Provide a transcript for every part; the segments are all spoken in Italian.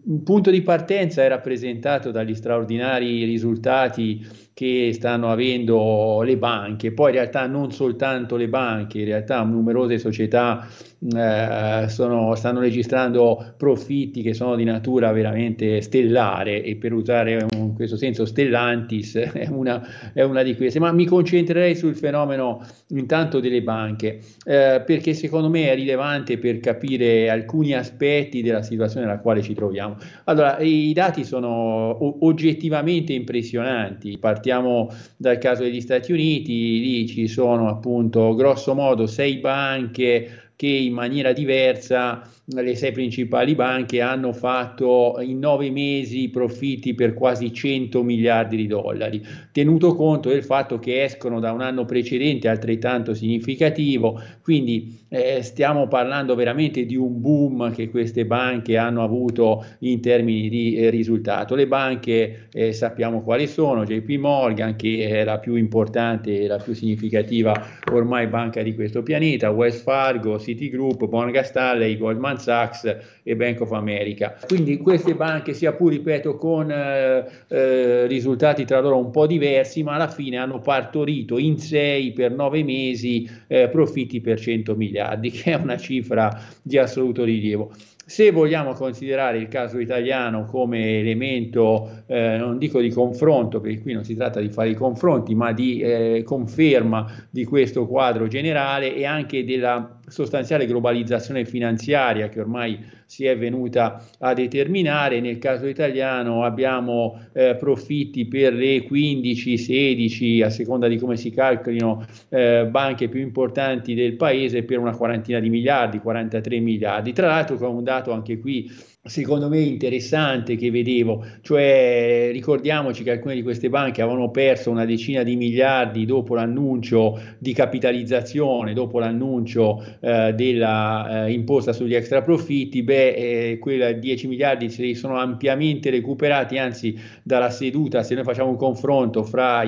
un punto di partenza è rappresentato dagli straordinari risultati che stanno avendo le banche, poi in realtà non soltanto le banche, in realtà numerose società stanno registrando profitti che sono di natura veramente stellare e per usare in questo senso Stellantis è una di queste, ma mi concentrerei sul fenomeno intanto delle banche, perché secondo me è rilevante per capire alcuni aspetti della situazione nella quale ci troviamo. Allora, i dati sono oggettivamente impressionanti. Partiamo dal caso degli Stati Uniti, lì ci sono appunto grosso modo sei banche che in maniera diversa, le sei principali banche hanno fatto in 9 mesi profitti per quasi 100 miliardi di dollari, tenuto conto del fatto che escono da un anno precedente altrettanto significativo, quindi stiamo parlando veramente di un boom che queste banche hanno avuto in termini di risultato. Le banche sappiamo quali sono: JP Morgan, che è la più importante e la più significativa ormai banca di questo pianeta, Wells Fargo, Citigroup, Morgan Stanley, Goldman Sachs e Bank of America. Quindi queste banche, sia pur ripeto con risultati tra loro un po' diversi, ma alla fine hanno partorito in 6 per 9 mesi profitti per 100 miliardi, che è una cifra di assoluto rilievo. Se vogliamo considerare il caso italiano come elemento, non dico di confronto, perché qui non si tratta di fare i confronti, ma di conferma di questo quadro generale e anche della sostanziale globalizzazione finanziaria che ormai si è venuta a determinare. Nel caso italiano abbiamo profitti per le 15, 16, a seconda di come si calcolino, banche più importanti del paese per una quarantina di miliardi, 43 miliardi. Tra l'altro con un dato anche qui secondo me interessante che vedevo, cioè ricordiamoci che alcune di queste banche avevano perso una decina di miliardi dopo l'annuncio di capitalizzazione, dopo l'annuncio della imposta sugli extra profitti. Quella 10 miliardi se li sono ampiamente recuperati, anzi dalla seduta, se noi facciamo un confronto fra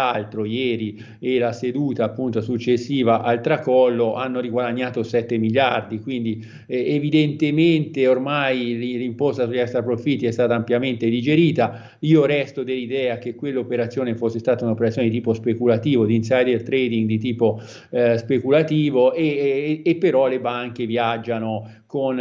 ieri e la seduta appunto successiva al tracollo, hanno riguadagnato 7 miliardi, quindi evidentemente ormai l'imposta sugli extra profitti è stata ampiamente digerita. Io resto dell'idea che quell'operazione fosse stata un'operazione di tipo speculativo, di insider trading di tipo speculativo, e però le banche viaggiano con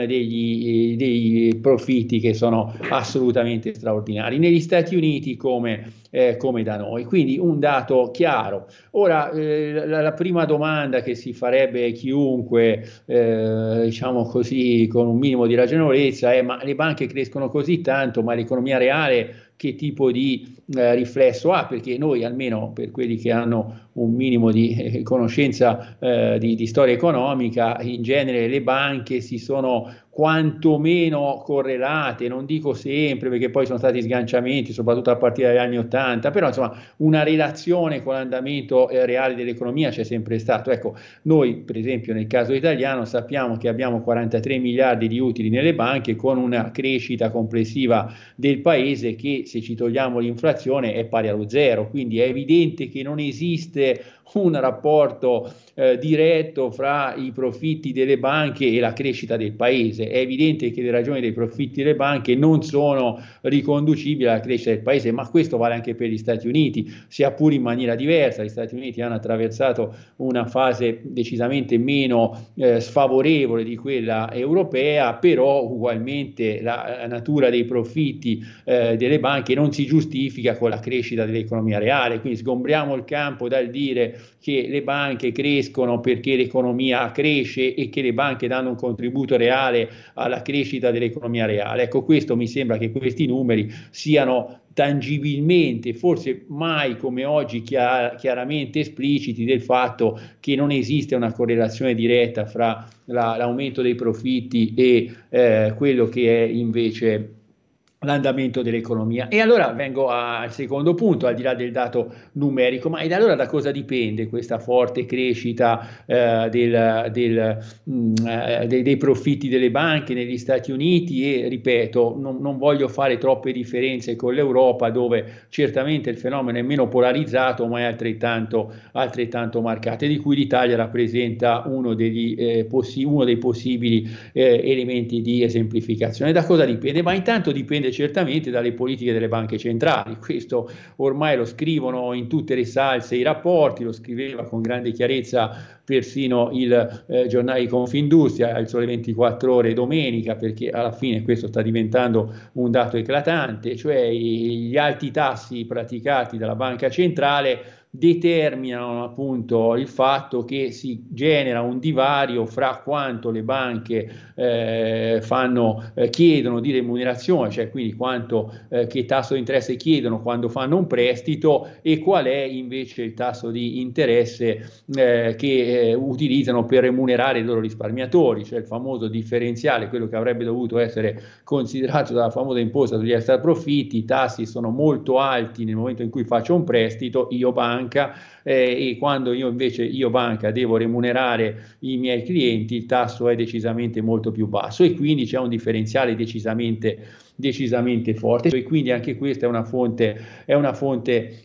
dei profitti che sono assolutamente straordinari negli Stati Uniti come da noi, quindi un dato chiaro. Ora, la prima domanda che si farebbe chiunque, diciamo così, con un minimo di ragionevolezza è: ma le banche crescono così tanto, ma l'economia reale che tipo di riflesso ha? Perché noi, almeno per quelli che hanno un minimo di conoscenza di storia economica, in genere le banche si sono quantomeno correlate, non dico sempre perché poi sono stati sganciamenti, soprattutto a partire dagli anni '80, però insomma una relazione con l'andamento reale dell'economia c'è sempre stato. Ecco, noi per esempio nel caso italiano sappiamo che abbiamo 43 miliardi di utili nelle banche, con una crescita complessiva del paese che, se ci togliamo l'inflazione, è pari allo zero, quindi è evidente che non esiste un rapporto diretto fra i profitti delle banche e la crescita del paese. È evidente che le ragioni dei profitti delle banche non sono riconducibili alla crescita del paese, ma questo vale anche per gli Stati Uniti, sia pure in maniera diversa. Gli Stati Uniti hanno attraversato una fase decisamente meno sfavorevole di quella europea, però ugualmente la natura dei profitti delle banche non si giustifica con la crescita dell'economia reale, quindi sgombriamo il campo dal dire che le banche crescono perché l'economia cresce e che le banche danno un contributo reale alla crescita dell'economia reale. Ecco, questo mi sembra che questi numeri siano tangibilmente, forse mai come oggi chiaramente espliciti, del fatto che non esiste una correlazione diretta fra l'aumento dei profitti e quello che è invece l'andamento dell'economia. E allora vengo al secondo punto, al di là del dato numerico, ma ed allora da cosa dipende questa forte crescita dei profitti delle banche negli Stati Uniti? E ripeto, non voglio fare troppe differenze con l'Europa, dove certamente il fenomeno è meno polarizzato, ma è altrettanto marcato, e di cui l'Italia rappresenta uno dei possibili elementi di esemplificazione. Da cosa dipende? Ma intanto dipende certamente dalle politiche delle banche centrali. Questo ormai lo scrivono in tutte le salse i rapporti, lo scriveva con grande chiarezza persino il giornale di Confindustria, il Sole 24 Ore domenica, perché alla fine questo sta diventando un dato eclatante, cioè gli alti tassi praticati dalla banca centrale determinano appunto il fatto che si genera un divario fra quanto le banche chiedono di remunerazione, cioè quindi che tasso di interesse chiedono quando fanno un prestito, e qual è invece il tasso di interesse che utilizzano per remunerare i loro risparmiatori, cioè il famoso differenziale, quello che avrebbe dovuto essere considerato dalla famosa imposta sugli extraprofitti. I tassi sono molto alti nel momento in cui faccio un prestito, io banca, e quando io banca devo remunerare i miei clienti, il tasso è decisamente molto più basso, e quindi c'è un differenziale decisamente forte, e quindi anche questa è una fonte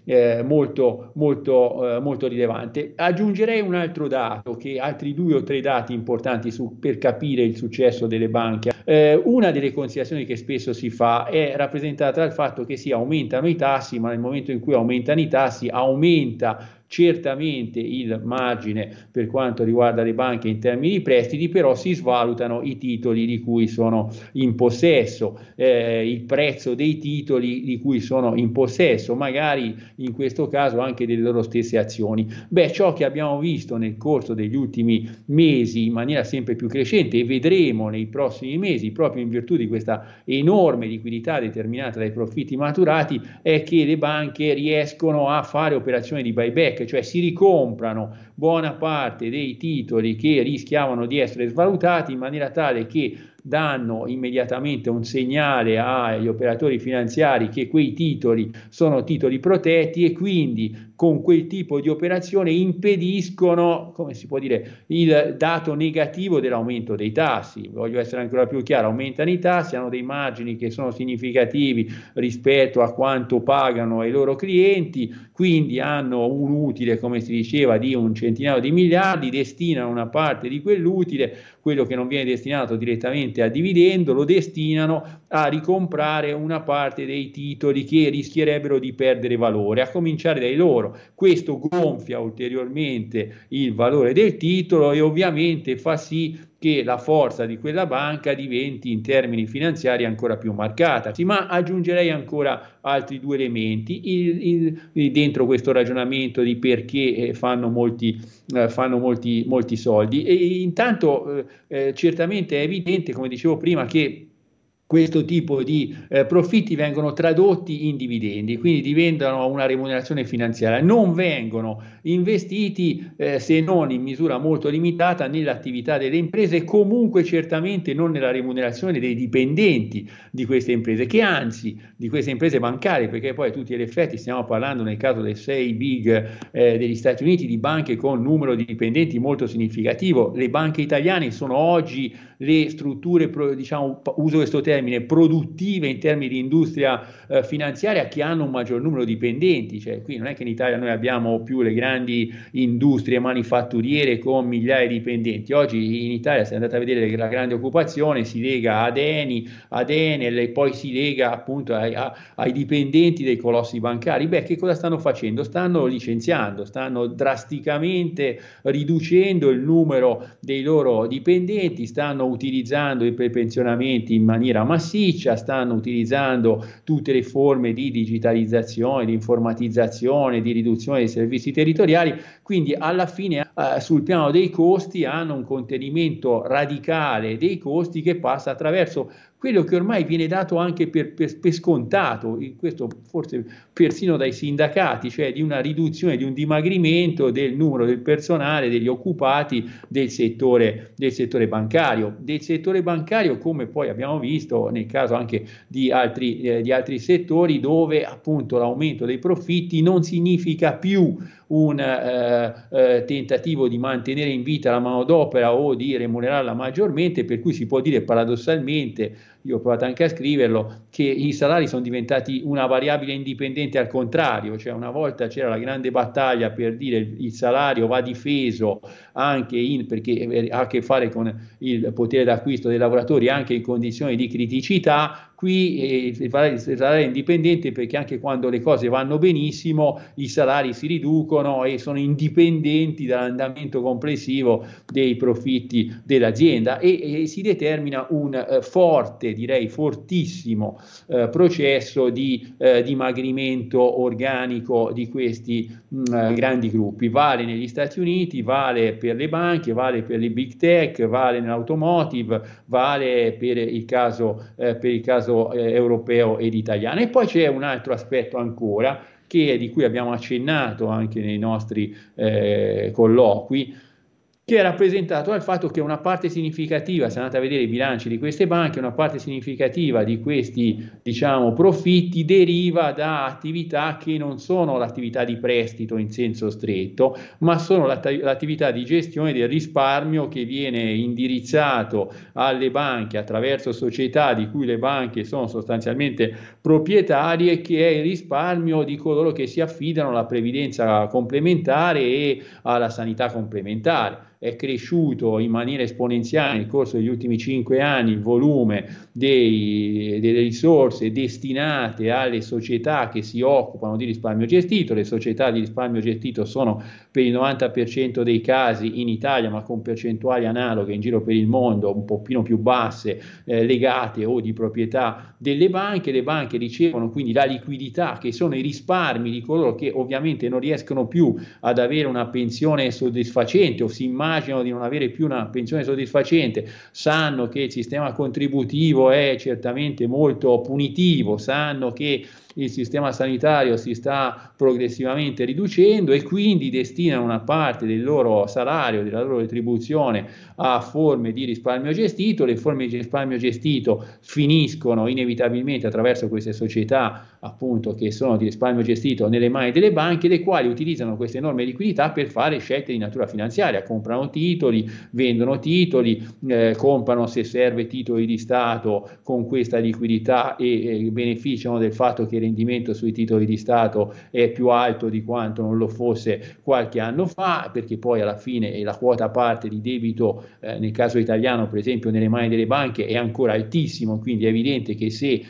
molto rilevante. Aggiungerei un altro dato, altri 2 o 3 dati importanti per capire il successo delle banche. Una delle considerazioni che spesso si fa è rappresentata dal fatto che si aumentano i tassi, ma nel momento in cui aumentano i tassi aumenta certamente il margine per quanto riguarda le banche in termini di prestiti, però si svalutano i titoli di cui sono in possesso, il prezzo dei titoli di cui sono in possesso, magari in questo caso anche delle loro stesse azioni. Ciò che abbiamo visto nel corso degli ultimi mesi in maniera sempre più crescente, e vedremo nei prossimi mesi, proprio in virtù di questa enorme liquidità determinata dai profitti maturati, è che le banche riescono a fare operazioni di buyback, cioè si ricomprano buona parte dei titoli che rischiavano di essere svalutati, in maniera tale che danno immediatamente un segnale agli operatori finanziari che quei titoli sono titoli protetti, e quindi con quel tipo di operazione impediscono, come si può dire, il dato negativo dell'aumento dei tassi. Voglio essere ancora più chiaro: aumentano i tassi, hanno dei margini che sono significativi rispetto a quanto pagano ai loro clienti, quindi hanno un utile, come si diceva, di un centinaio di miliardi, destinano una parte di quell'utile, quello che non viene destinato direttamente a dividendo, lo destinano a ricomprare una parte dei titoli che rischierebbero di perdere valore, a cominciare dai loro. Questo gonfia ulteriormente il valore del titolo e ovviamente fa sì che la forza di quella banca diventi in termini finanziari ancora più marcata. Ma aggiungerei ancora altri 2 elementi dentro questo ragionamento di perché fanno molti soldi. E intanto certamente è evidente, come dicevo prima, che questo tipo di profitti vengono tradotti in dividendi, quindi diventano una remunerazione finanziaria, non vengono investiti se non in misura molto limitata nell'attività delle imprese, comunque certamente non nella remunerazione dei dipendenti di queste imprese, che anzi di queste imprese bancarie, perché poi a tutti gli effetti stiamo parlando, nel caso dei 6 big degli Stati Uniti, di banche con numero di dipendenti molto significativo. Le banche italiane sono oggi le strutture, diciamo, uso questo termine, produttive in termini di industria finanziaria, che hanno un maggior numero di dipendenti. Cioè, qui non è che in Italia noi abbiamo più le grandi industrie manifatturiere con migliaia di dipendenti. Oggi in Italia, se andate a vedere la grande occupazione, si lega ad Enel, e poi si lega appunto ai dipendenti dei colossi bancari. Che cosa stanno facendo? Stanno licenziando, stanno drasticamente riducendo il numero dei loro dipendenti, stanno utilizzando i prepensionamenti in maniera massiccia, stanno utilizzando tutte le forme di digitalizzazione, di informatizzazione, di riduzione dei servizi territoriali, quindi alla fine sul piano dei costi hanno un contenimento radicale dei costi che passa attraverso quello che ormai viene dato anche per scontato, questo forse persino dai sindacati, cioè di una riduzione, di un dimagrimento del numero del personale, degli occupati del settore bancario, come poi abbiamo visto nel caso anche di altri settori, dove appunto l'aumento dei profitti non significa più un tentativo di mantenere in vita la manodopera o di remunerarla maggiormente, per cui si può dire paradossalmente, io ho provato anche a scriverlo, che i salari sono diventati una variabile indipendente al contrario, cioè una volta c'era la grande battaglia per dire il salario va difeso anche perché ha a che fare con il potere d'acquisto dei lavoratori anche in condizioni di criticità. Qui il salario è indipendente perché anche quando le cose vanno benissimo i salari si riducono e sono indipendenti dall'andamento complessivo dei profitti dell'azienda, e si determina un forte, direi fortissimo processo di dimagrimento organico di questi grandi gruppi. Vale negli Stati Uniti, vale per le banche, vale per le big tech, vale nell'automotive, vale per il caso europeo ed italiano. E poi c'è un altro aspetto ancora, di cui abbiamo accennato anche nei nostri colloqui, che è rappresentato dal fatto che una parte significativa, se andate a vedere i bilanci di queste banche, una parte significativa di questi, diciamo, profitti deriva da attività che non sono l'attività di prestito in senso stretto, ma sono l'attività di gestione del risparmio che viene indirizzato alle banche attraverso società di cui le banche sono sostanzialmente proprietarie, che è il risparmio di coloro che si affidano alla previdenza complementare e alla sanità complementare. È cresciuto in maniera esponenziale nel corso degli ultimi 5 anni il volume delle risorse destinate alle società che si occupano di risparmio gestito. Le società di risparmio gestito sono per il 90% dei casi in Italia, ma con percentuali analoghe in giro per il mondo, un pochino più basse, legate o di proprietà delle banche. Le banche ricevono quindi la liquidità, che sono i risparmi di coloro che ovviamente non riescono più ad avere una pensione soddisfacente o si immaginano di non avere più una pensione soddisfacente, sanno che il sistema contributivo è certamente molto punitivo, sanno che il sistema sanitario si sta progressivamente riducendo e quindi destinano una parte del loro salario, della loro retribuzione a forme di risparmio gestito. Le forme di risparmio gestito finiscono inevitabilmente attraverso queste società, appunto, che sono di risparmio gestito nelle mani delle banche, le quali utilizzano queste enorme liquidità per fare scelte di natura finanziaria, comprano titoli, vendono titoli, comprano se serve titoli di Stato con questa liquidità e beneficiano del fatto che il rendimento sui titoli di Stato è più alto di quanto non lo fosse qualche anno fa, perché poi alla fine la quota parte di debito nel caso italiano, per esempio, nelle mani delle banche è ancora altissimo, quindi è evidente che se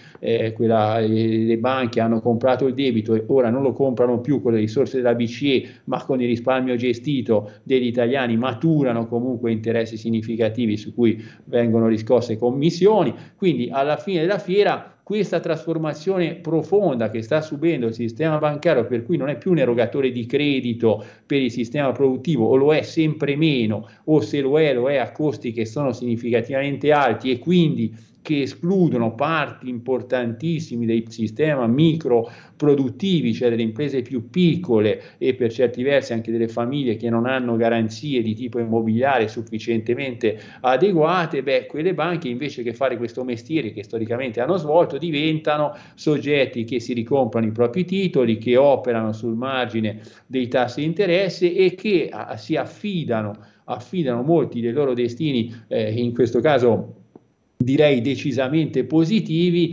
le banche hanno comprato il debito e ora non lo comprano più con le risorse della BCE ma con il risparmio gestito degli italiani, maturano comunque interessi significativi su cui vengono riscosse commissioni. Quindi alla fine della fiera questa trasformazione profonda che sta subendo il sistema bancario, per cui non è più un erogatore di credito per il sistema produttivo, o lo è sempre meno, o se lo è a costi che sono significativamente alti e quindi che escludono parti importantissimi del sistema micro produttivi, cioè delle imprese più piccole e per certi versi anche delle famiglie che non hanno garanzie di tipo immobiliare sufficientemente adeguate. Quelle banche, invece che fare questo mestiere che storicamente hanno svolto, diventano soggetti che si ricomprano i propri titoli, che operano sul margine dei tassi di interesse e che si affidano molti dei loro destini, in questo caso direi decisamente positivi,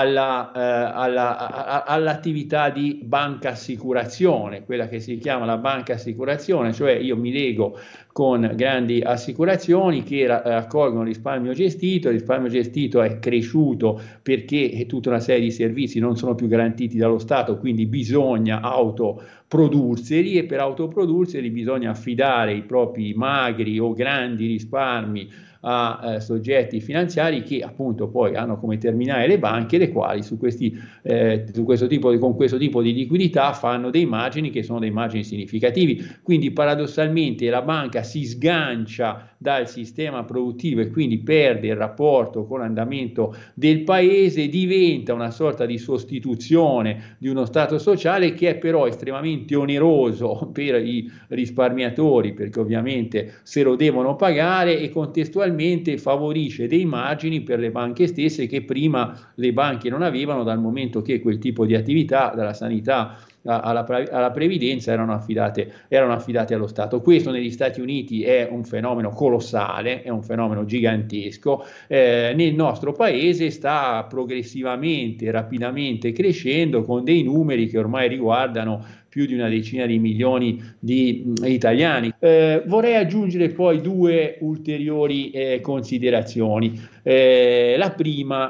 all'attività di banca assicurazione, quella che si chiama la banca assicurazione, cioè io mi lego con grandi assicurazioni che raccolgono risparmio gestito. Il risparmio gestito è cresciuto perché tutta una serie di servizi non sono più garantiti dallo Stato, quindi bisogna autoprodurseli, e per autoprodurseli bisogna affidare i propri magri o grandi risparmi a soggetti finanziari che appunto poi hanno come terminale le banche banche, le quali con questo tipo di liquidità fanno dei margini che sono dei margini significativi. Quindi paradossalmente la banca si sgancia dal sistema produttivo e quindi perde il rapporto con l'andamento del paese, diventa una sorta di sostituzione di uno stato sociale che è però estremamente oneroso per i risparmiatori, perché ovviamente se lo devono pagare, e contestualmente favorisce dei margini per le banche stesse che prima le banche non avevano, dal momento che quel tipo di attività, dalla sanità alla previdenza, erano affidate allo Stato. Questo negli Stati Uniti è un fenomeno colossale, è un fenomeno gigantesco. Nel nostro paese sta progressivamente, rapidamente crescendo, con dei numeri che ormai riguardano più di una decina di milioni di italiani. Vorrei aggiungere poi due ulteriori considerazioni. La prima,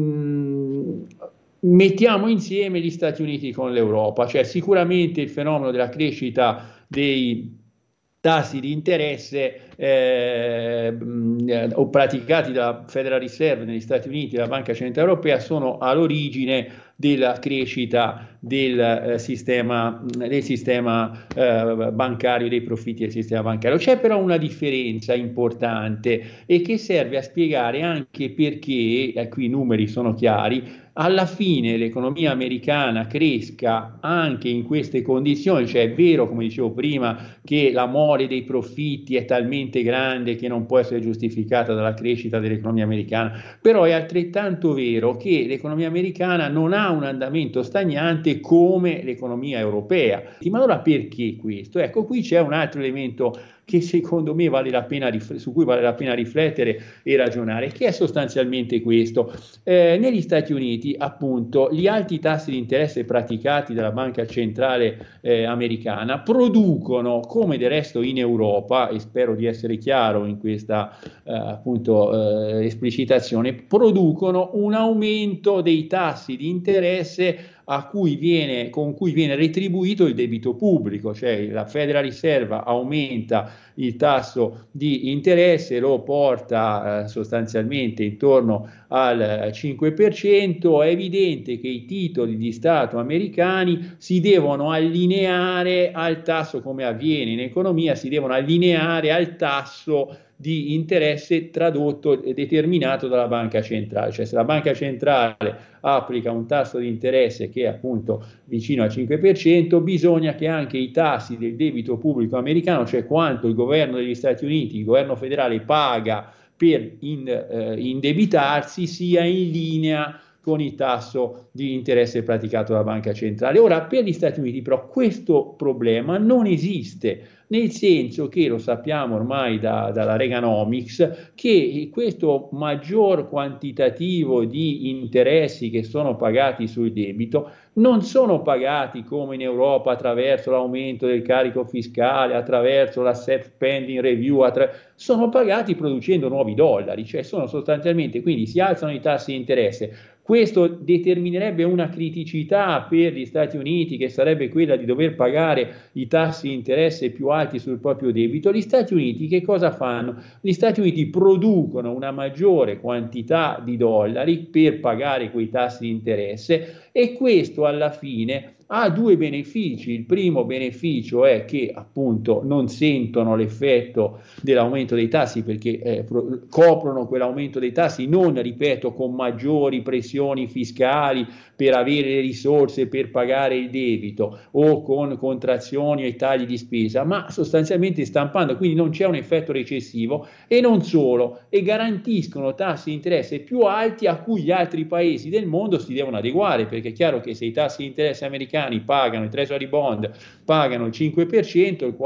mettiamo insieme gli Stati Uniti con l'Europa, cioè sicuramente il fenomeno della crescita dei tassi di interesse o praticati dalla Federal Reserve negli Stati Uniti e la Banca Centrale Europea sono all'origine della crescita del sistema bancario, dei profitti del sistema bancario. C'è però una differenza importante e che serve a spiegare anche perché, qui i numeri sono chiari, alla fine l'economia americana cresca anche in queste condizioni. Cioè è vero, come dicevo prima, che la mole dei profitti è talmente grande che non può essere giustificata dalla crescita dell'economia americana, però è altrettanto vero che l'economia americana non ha un andamento stagnante come l'economia europea. Ma allora perché questo? Ecco, qui c'è un altro elemento che secondo me su cui vale la pena riflettere e ragionare, che è sostanzialmente questo. Negli Stati Uniti, appunto, gli alti tassi di interesse praticati dalla Banca Centrale americana producono, come del resto in Europa, e spero di essere chiaro in questa esplicitazione, producono un aumento dei tassi di interesse con cui viene retribuito il debito pubblico. Cioè la Federal Reserve aumenta il tasso di interesse, lo porta sostanzialmente intorno al 5%. È evidente che i titoli di Stato americani si devono allineare al tasso, come avviene in economia, si devono allineare al tasso di interesse tradotto e determinato dalla banca centrale. Cioè se la banca centrale applica un tasso di interesse che è appunto vicino al 5%, bisogna che anche i tassi del debito pubblico americano, cioè quanto il governo degli Stati Uniti, il governo federale paga per indebitarsi, sia in linea con il tasso di interesse praticato dalla banca centrale. Ora, per gli Stati Uniti però questo problema non esiste, nel senso che lo sappiamo ormai dalla Reaganomics, che questo maggior quantitativo di interessi che sono pagati sul debito non sono pagati come in Europa attraverso l'aumento del carico fiscale, attraverso la spending review, sono pagati producendo nuovi dollari, cioè sono sostanzialmente, quindi si alzano i tassi di interesse. Questo determinerebbe una criticità per gli Stati Uniti, che sarebbe quella di dover pagare i tassi di interesse più alti sul proprio debito. Gli Stati Uniti che cosa fanno? Gli Stati Uniti producono una maggiore quantità di dollari per pagare quei tassi di interesse, e questo alla fine ha due benefici. Il primo beneficio è che appunto non sentono l'effetto dell'aumento dei tassi, perché coprono quell'aumento dei tassi non, ripeto, con maggiori pressioni fiscali per avere le risorse per pagare il debito o con contrazioni e tagli di spesa, ma sostanzialmente stampando, quindi non c'è un effetto recessivo, e non solo, e garantiscono tassi di interesse più alti a cui gli altri paesi del mondo si devono adeguare, perché è chiaro che se i tassi di interesse americani pagano, i treasury bond pagano il 5%, il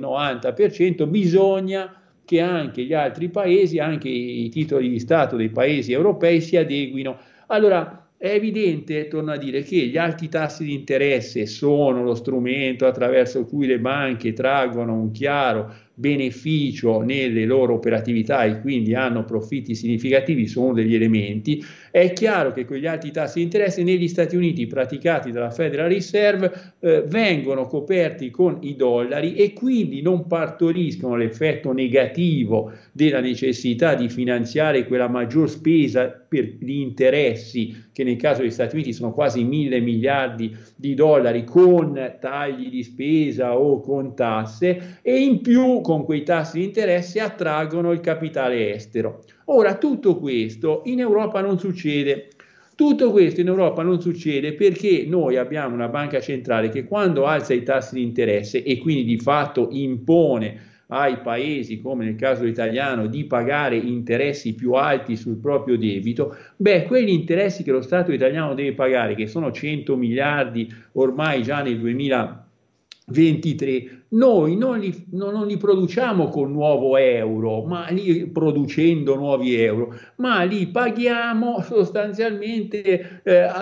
4,90%, bisogna che anche gli altri paesi, anche i titoli di Stato dei paesi europei si adeguino. Allora è evidente, torno a dire, che gli alti tassi di interesse sono lo strumento attraverso cui le banche traggono un chiaro beneficio nelle loro operatività e quindi hanno profitti significativi, sono degli elementi. È chiaro che quegli alti tassi di interesse negli Stati Uniti praticati dalla Federal Reserve vengono coperti con i dollari e quindi non partoriscono l'effetto negativo della necessità di finanziare quella maggior spesa per gli interessi che nel caso degli Stati Uniti sono quasi 1.000 miliardi di dollari con tagli di spesa o con tasse, e in più con quei tassi di interesse attraggono il capitale estero. Ora, tutto questo in Europa non succede. Tutto questo in Europa non succede perché noi abbiamo una banca centrale che quando alza i tassi di interesse e quindi di fatto impone ai paesi, come nel caso italiano, di pagare interessi più alti sul proprio debito, beh, quegli interessi che lo Stato italiano deve pagare, che sono 100 miliardi ormai già nel 2023, noi non li produciamo con nuovo euro, ma producendo nuovi euro, ma li paghiamo sostanzialmente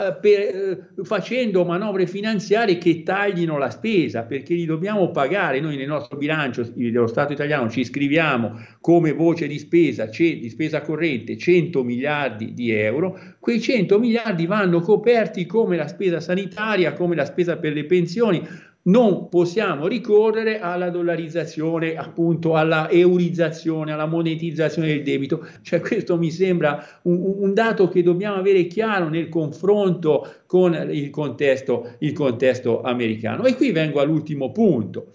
facendo manovre finanziarie che taglino la spesa, perché li dobbiamo pagare. Noi nel nostro bilancio dello Stato italiano ci scriviamo come voce di spesa corrente 100 miliardi di euro, quei 100 miliardi vanno coperti come la spesa sanitaria, come la spesa per le pensioni. Non possiamo ricorrere alla dollarizzazione, appunto alla eurizzazione, alla monetizzazione del debito. Cioè, questo mi sembra un dato che dobbiamo avere chiaro nel confronto con il contesto americano. E qui vengo all'ultimo punto,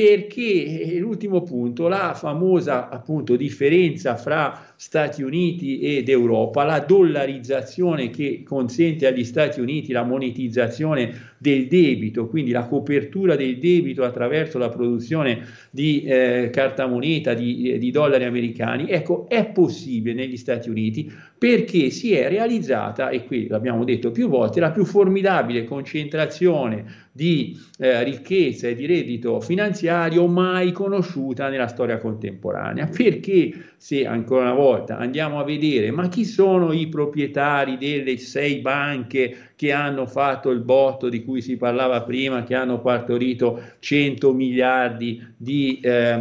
perché l'ultimo punto, la famosa appunto differenza fra Stati Uniti ed Europa, la dollarizzazione che consente agli Stati Uniti la monetizzazione del debito, quindi la copertura del debito attraverso la produzione di carta moneta, di dollari americani. Ecco, è possibile negli Stati Uniti perché si è realizzata, e qui l'abbiamo detto più volte, la più formidabile concentrazione di ricchezza e di reddito finanziario mai conosciuta nella storia contemporanea. Perché, se ancora una volta andiamo a vedere, ma chi sono i proprietari delle 6 banche che hanno fatto il botto di cui si parlava prima, che hanno partorito 100 miliardi di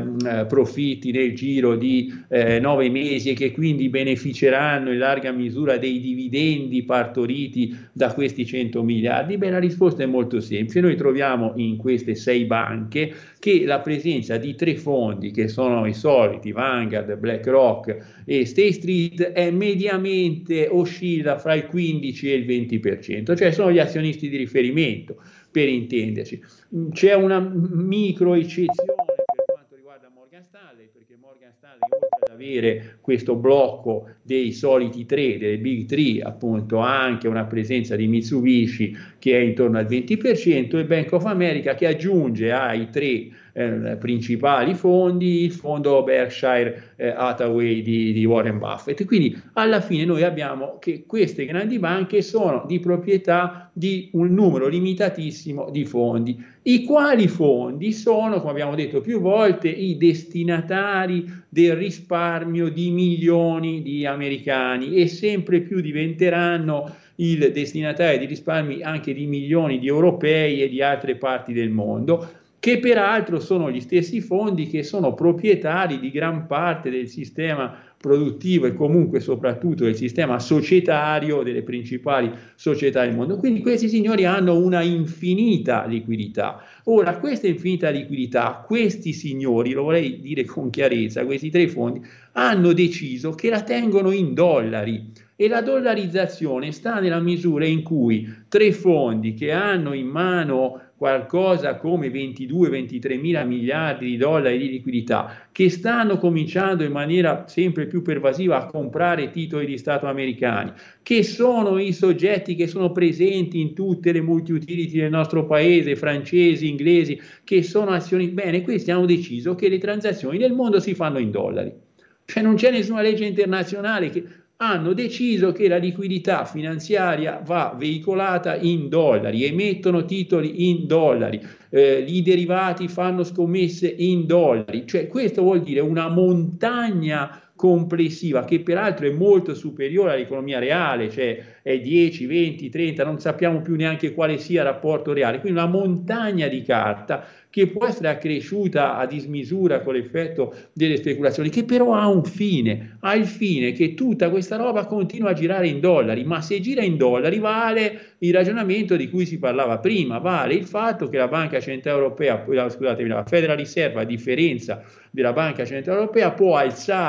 profitti nel giro di 9 mesi e che quindi beneficeranno in larga misura dei dividendi partoriti da questi 100 miliardi? Beh, la risposta è molto semplice. Noi troviamo in queste 6 banche che la presenza di 3 fondi, che sono i soliti Vanguard, BlackRock e State Street, è mediamente oscilla fra il 15 e il 20%, cioè sono gli azionisti di riferimento, per intenderci. C'è una micro eccezione per quanto riguarda Morgan Stanley, perché Morgan Stanley, oltre ad avere questo blocco dei soliti 3, delle Big 3, appunto, ha anche una presenza di Mitsubishi che è intorno al 20%, e Bank of America che aggiunge ai 3 principali fondi il fondo Berkshire Hathaway di Warren Buffett. Quindi alla fine noi abbiamo che queste grandi banche sono di proprietà di un numero limitatissimo di fondi, i quali fondi sono, come abbiamo detto più volte, i destinatari del risparmio di milioni di americani, e sempre più diventeranno il destinatario di risparmi anche di milioni di europei e di altre parti del mondo, che peraltro sono gli stessi fondi che sono proprietari di gran parte del sistema produttivo e comunque soprattutto del sistema societario delle principali società del mondo. Quindi questi signori hanno una infinita liquidità. Ora, questa infinita liquidità, questi signori, lo vorrei dire con chiarezza, questi 3 fondi hanno deciso che la tengono in dollari, e la dollarizzazione sta nella misura in cui 3 fondi che hanno in mano qualcosa come 22-23 mila miliardi di dollari di liquidità, che stanno cominciando in maniera sempre più pervasiva a comprare titoli di Stato americani, che sono i soggetti che sono presenti in tutte le multi-utility del nostro paese, francesi, inglesi, che sono azioni. Bene, questi hanno deciso che le transazioni nel mondo si fanno in dollari. Cioè non c'è nessuna legge internazionale che hanno deciso che la liquidità finanziaria va veicolata in dollari, emettono titoli in dollari, i derivati fanno scommesse in dollari. Cioè questo vuol dire una montagna complessiva che peraltro è molto superiore all'economia reale, cioè è 10, 20, 30, non sappiamo più neanche quale sia il rapporto reale, quindi una montagna di carta che può essere accresciuta a dismisura con l'effetto delle speculazioni, che però ha un fine, ha il fine che tutta questa roba continua a girare in dollari, ma se gira in dollari vale il ragionamento di cui si parlava prima, vale il fatto che la Banca Centrale Europea, scusatemi, la Federal Reserve, a differenza della Banca Centrale Europea, può alzare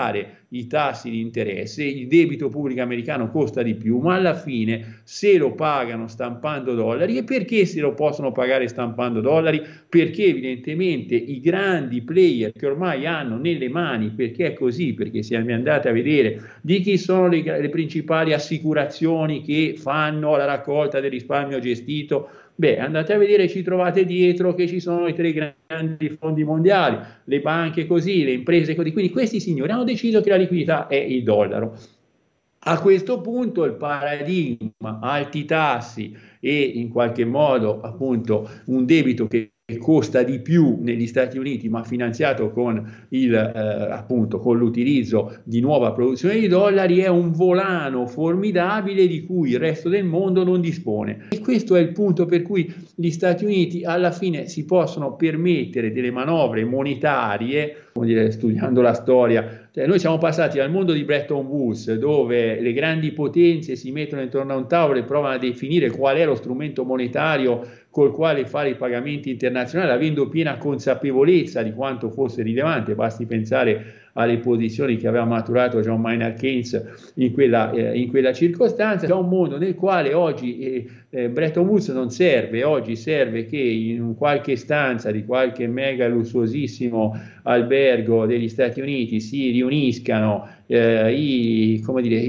i tassi di interesse, il debito pubblico americano costa di più, ma alla fine se lo pagano stampando dollari. E perché se lo possono pagare stampando dollari? Perché evidentemente i grandi player che ormai hanno nelle mani, perché è così, perché se andate a vedere di chi sono le principali assicurazioni che fanno la raccolta del risparmio gestito, beh, andate a vedere, ci trovate dietro che ci sono i 3 grandi fondi mondiali, le banche così, le imprese così. Quindi questi signori hanno deciso che la liquidità è il dollaro. A questo punto il paradigma, alti tassi e in qualche modo appunto un debito che costa di più negli Stati Uniti, ma finanziato con appunto con l'utilizzo di nuova produzione di dollari, è un volano formidabile di cui il resto del mondo non dispone. E questo è il punto per cui gli Stati Uniti alla fine si possono permettere delle manovre monetarie, come dire, studiando la storia. Cioè, noi siamo passati dal mondo di Bretton Woods, dove le grandi potenze si mettono intorno a un tavolo e provano a definire qual è lo strumento monetario col quale fare i pagamenti internazionali, avendo piena consapevolezza di quanto fosse rilevante. Basti pensare alle posizioni che aveva maturato John Maynard Keynes in quella circostanza. C'è un mondo nel quale oggi Bretton Woods non serve, oggi serve che in qualche stanza di qualche mega lussuosissimo albergo degli Stati Uniti si riuniscano i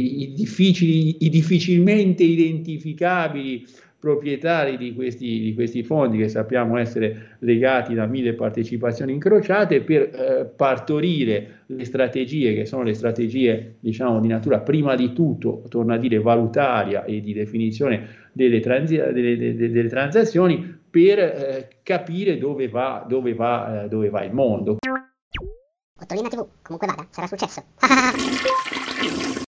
difficilmente identificabili proprietari di questi fondi, che sappiamo essere legati da 1000 partecipazioni incrociate, per partorire le strategie, che sono le strategie, diciamo, di natura prima di tutto, torno a dire, valutaria e di definizione delle transazioni, per capire dove va il mondo. Ottolina TV, comunque vada, sarà successo.